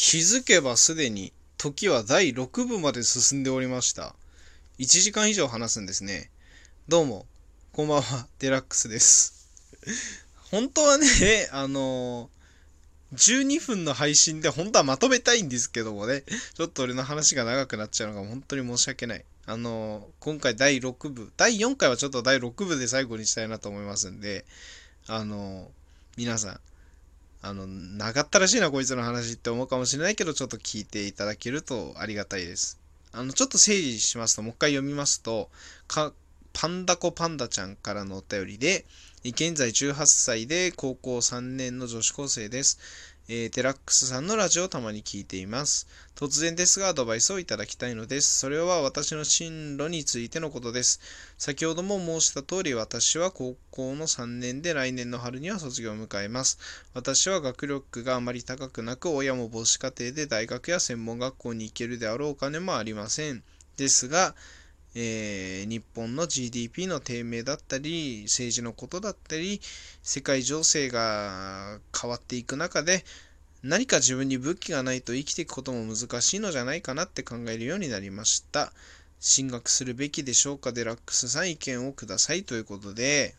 気づけばすでに時は第6部まで進んでおりました。1時間以上話すんですね。どうも、こんばんは、デラックスです。本当はね、12分の配信で本当はまとめたいんですけどもね、ちょっと俺の話が長くなっちゃうのが本当に申し訳ない。今回第6部、第4回はちょっと第6部で最後にしたいなと思いますんで、あの皆さん、長ったらしいなこいつの話って思うかもしれないけど、ちょっと聞いていただけるとありがたいです。ちょっと整理しますと、もう一回読みますと、パンダコパンダちゃんからのお便りで、現在18歳で高校3年の女子高生です。デラックスさんのラジオをたまに聞いています。突然ですがアドバイスをいただきたいのです。それは私の進路についてのことです。先ほども申した通り、私は高校の3年で来年の春には卒業を迎えます。私は学力があまり高くなく、親も母子家庭で大学や専門学校に行けるであろうお金もありません。ですが、日本の GDP の低迷だったり、政治のことだったり、世界情勢が変わっていく中で、何か自分に武器がないと生きていくことも難しいのじゃないかなって考えるようになりました。進学するべきでしょうか？デラックスさん意見をくださいということで、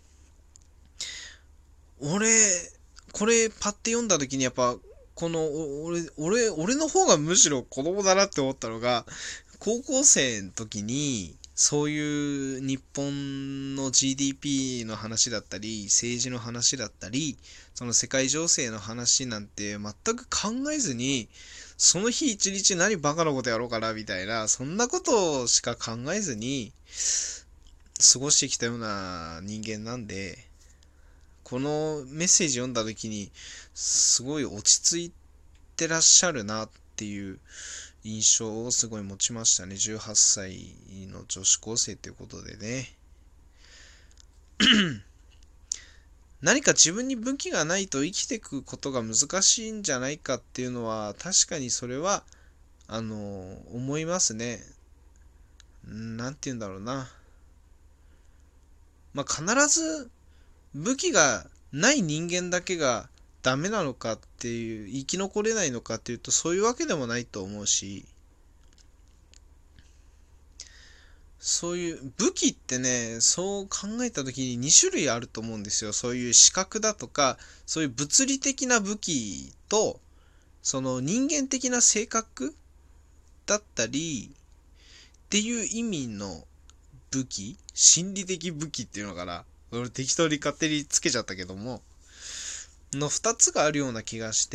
俺、これパッて読んだ時にやっぱ、この、俺の方がむしろ子供だなって思ったのが、高校生の時に、そういう日本の GDP の話だったり、政治の話だったり、その世界情勢の話なんて全く考えずに、その日一日何バカなことやろうかなみたいな、そんなことしか考えずに過ごしてきたような人間なんで、このメッセージ読んだ時に、すごい落ち着いてらっしゃるなっていう印象をすごい持ちましたね。18歳の女子高生ということでね。何か自分に武器がないと生きていくことが難しいんじゃないかっていうのは、確かにそれは、思いますね。なんて言うんだろうな。まあ、必ず武器がない人間だけがダメなのかっていう、生き残れないのかっていうと、そういうわけでもないと思うし、そういう武器ってね、そう考えた時に2種類あると思うんですよ。そういう視覚だとか、そういう物理的な武器と、その人間的な性格だったりっていう意味の武器、心理的武器っていうのかな。俺適当に勝手につけちゃったけども、の2つがあるような気がして、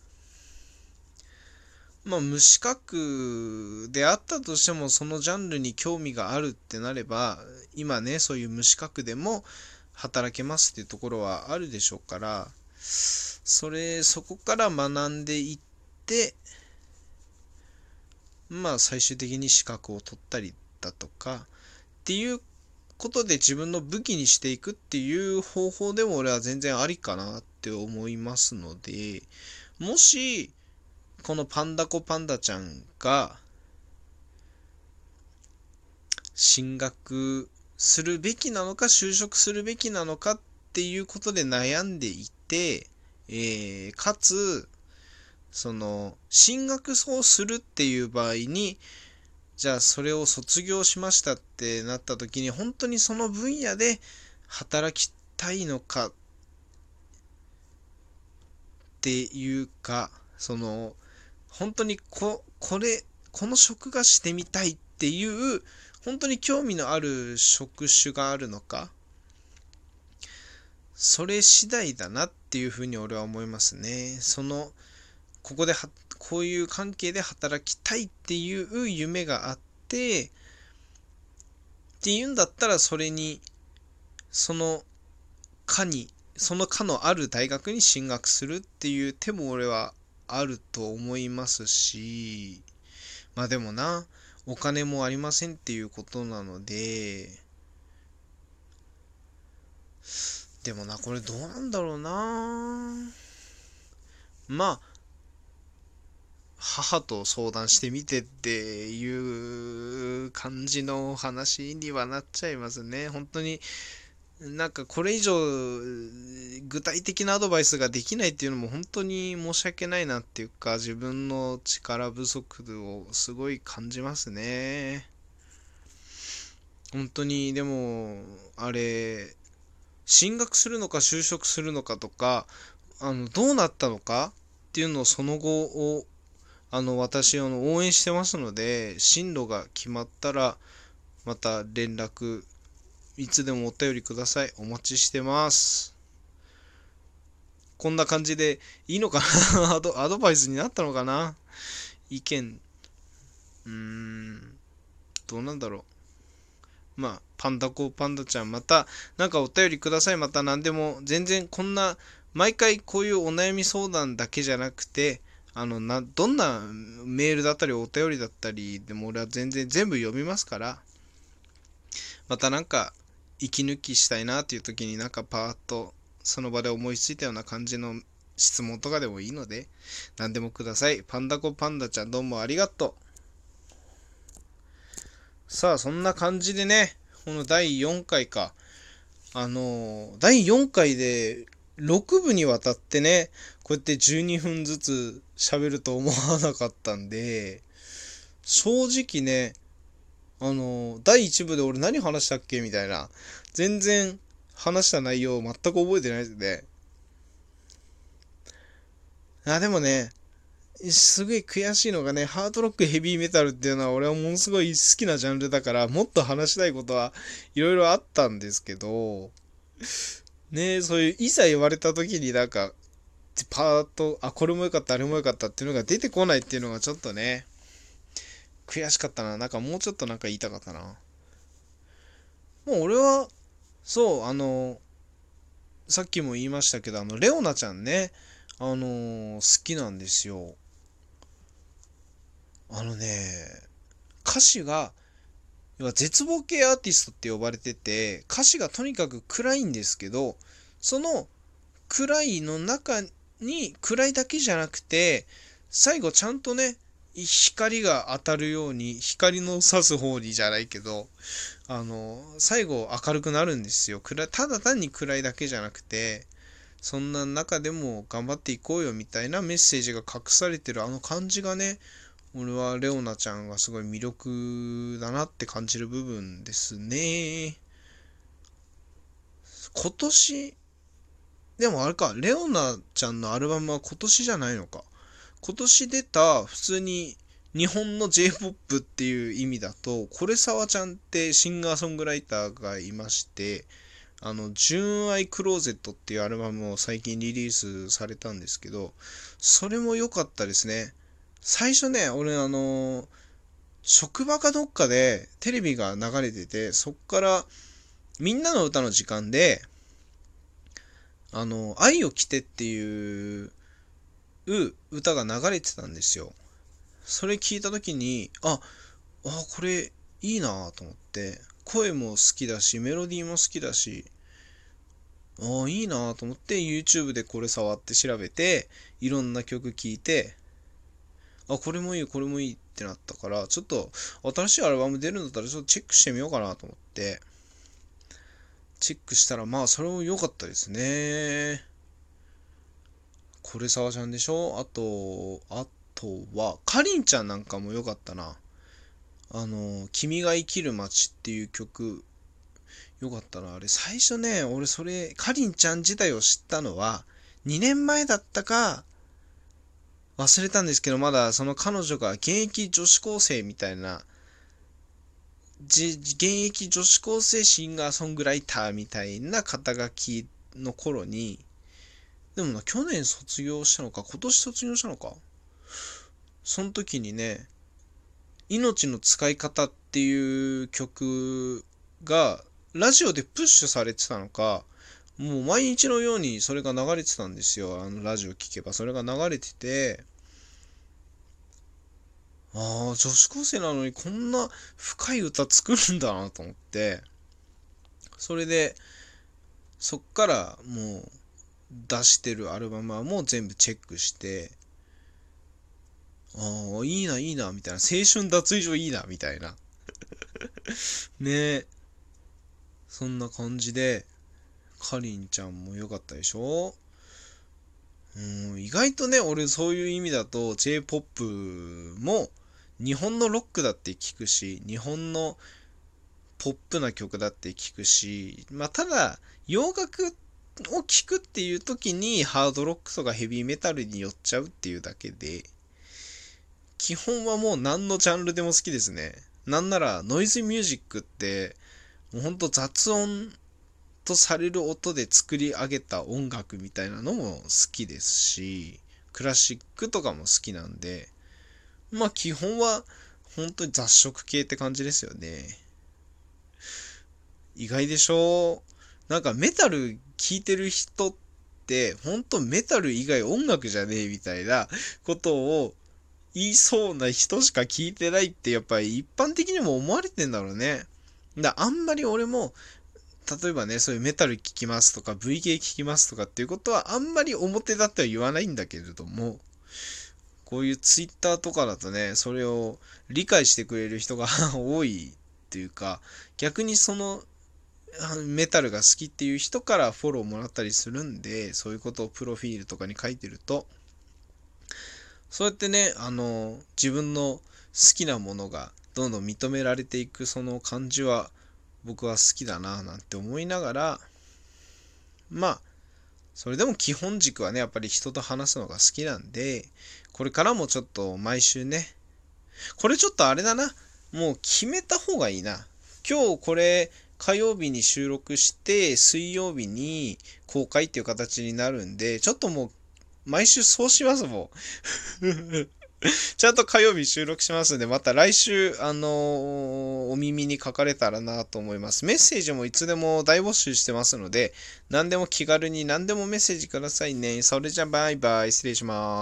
まあ無資格であったとしてもそのジャンルに興味があるってなれば、今ね、そういう無資格でも働けますっていうところはあるでしょうから、そこから学んでいって、まあ最終的に資格を取ったりだとかっていうことで自分の武器にしていくっていう方法でも俺は全然ありかなって思いますので、もしこのパンダコパンダちゃんが進学するべきなのか就職するべきなのかっていうことで悩んでいて、かつその進学をするっていう場合に、じゃあそれを卒業しましたってなった時に本当にその分野で働きたいのかっていうか、その本当にこの職がしてみたいっていう本当に興味のある職種があるのか、それ次第だなっていうふうに俺は思いますね。ここでこういう関係で働きたいっていう夢があってっていうんだったら、それにそのその科のある大学に進学するっていう手も俺はあると思いますし、まあでもな、お金もありませんっていうことなので、でもな、これどうなんだろうな。まあ、母と相談してみてっていう感じの話にはなっちゃいますね。本当になんかこれ以上具体的なアドバイスができないっていうのも本当に申し訳ないなっていうか、自分の力不足をすごい感じますね。本当に。でもあれ、進学するのか就職するのかとか、どうなったのかっていうのをその後を私応援してますので、進路が決まったらまた連絡いつでもお便りください。お待ちしてます。こんな感じでいいのかなアドバイスになったのかな。意見、どうなんだろう。まあ、パンダコパンダちゃん、また、なんかお便りください。また何でも、全然こんな、毎回こういうお悩み相談だけじゃなくて、どんなメールだったりお便りだったりでも俺は全然全部読みますから、またなんか、息抜きしたいなっていう時になんかパーッとその場で思いついたような感じの質問とかでもいいので、何でもください。パンダコパンダちゃん、どうもありがとう。さあ、そんな感じでね、この第4回か。第4回で6部にわたってね、こうやって12分ずつ喋ると思わなかったんで、正直ね、第1部で俺何話したっけみたいな。全然話した内容全く覚えてないですね。でもね、すごい悔しいのがね、ハードロックヘビーメタルっていうのは俺はものすごい好きなジャンルだから、もっと話したいことはいろいろあったんですけど、ね、そういう、いざ言われた時になんか、パート、これも良かった、あれも良かったっていうのが出てこないっていうのがちょっとね、悔しかったな。なんかもうちょっとなんか言いたかったな。もう俺は、そう、さっきも言いましたけど、レオナちゃんね、好きなんですよ。あのね、歌詞が、要は絶望系アーティストって呼ばれてて、歌詞がとにかく暗いんですけど、その暗いの中に、暗いだけじゃなくて、最後ちゃんとね、光が当たるように、光の差す方にじゃないけど、最後明るくなるんですよ。ただ単に暗いだけじゃなくて、そんな中でも頑張っていこうよみたいなメッセージが隠されてるあの感じがね、俺はレオナちゃんがすごい魅力だなって感じる部分ですね。今年、でもあれか、レオナちゃんのアルバムは今年じゃないのか。今年出た普通に日本の J-POP っていう意味だと、これさわちゃんってシンガーソングライターがいまして、純愛クローゼットっていうアルバムを最近リリースされたんですけど、それも良かったですね。最初ね、俺職場かどっかでテレビが流れてて、そっからみんなの歌の時間で、愛を着てっていう歌が流れてたんですよ。それ聞いた時に、これいいなと思って、声も好きだし、メロディーも好きだし、いいなと思って YouTube でこれ触って調べて、いろんな曲聴いて、これもいい、これもいいってなったから、ちょっと新しいアルバム出るんだったらちょっとチェックしてみようかなと思って、チェックしたらそれも良かったですね。これ沢ちゃんでしょ。あとは、かりんちゃんなんかも良かったな。君が生きる街っていう曲、良かったな。あれ、最初ね、俺かりんちゃん自体を知ったのは、2年前だったか、忘れたんですけど、まだその彼女が現役女子高生みたいな、現役女子高生シンガーソングライターみたいな肩書きの頃に、でも去年卒業したのか、今年卒業したのか。その時にね、命の使い方っていう曲が、ラジオでプッシュされてたのか、もう毎日のようにそれが流れてたんですよ。ラジオ聞けばそれが流れてて、女子高生なのにこんな深い歌作るんだなと思って、それで、そっからもう出してるアルバムはもう全部チェックして、いいな、いいな、みたいな。青春脱衣所いいな、みたいな。ねえ。そんな感じで。 かりんちゃんも良かったでしょ。意外とね、俺そういう意味だと J-POP も日本のロックだって聞くし、日本のポップな曲だって聞くし、まあただ洋楽を聞くっていう時にハードロックとかヘビーメタルに寄っちゃうっていうだけで、基本はもう何のジャンルでも好きですね。なんならノイズミュージックってもうほんと雑音とされる音で作り上げた音楽みたいなのも好きですし、クラシックとかも好きなんで、まあ基本は本当に雑食系って感じですよね。意外でしょ。なんかメタル聴いてる人って本当メタル以外音楽じゃねえみたいなことを言いそうな人しか聞いてないってやっぱり一般的にも思われてんだろうね。あんまり俺も例えばね、そういうメタル聞きますとか V 系聞きますとかっていうことはあんまり表立っては言わないんだけれども、こういうツイッターとかだとね、それを理解してくれる人が多いっていうか、逆にそのメタルが好きっていう人からフォローもらったりするんで、そういうことをプロフィールとかに書いてると、そうやってね、自分の好きなものがどんどん認められていくその感じは僕は好きだななんて思いながら、まあ、それでも基本軸はね、やっぱり人と話すのが好きなんで、これからもちょっと毎週ね、これちょっとあれだな、もう決めた方がいいな。今日これ火曜日に収録して水曜日に公開っていう形になるんで、ちょっともう毎週そうしますもん。ちゃんと火曜日収録しますんで、また来週、お耳に書かれたらなと思います。メッセージもいつでも大募集してますので、何でも気軽に何でもメッセージくださいね。それじゃバイバイ。失礼します。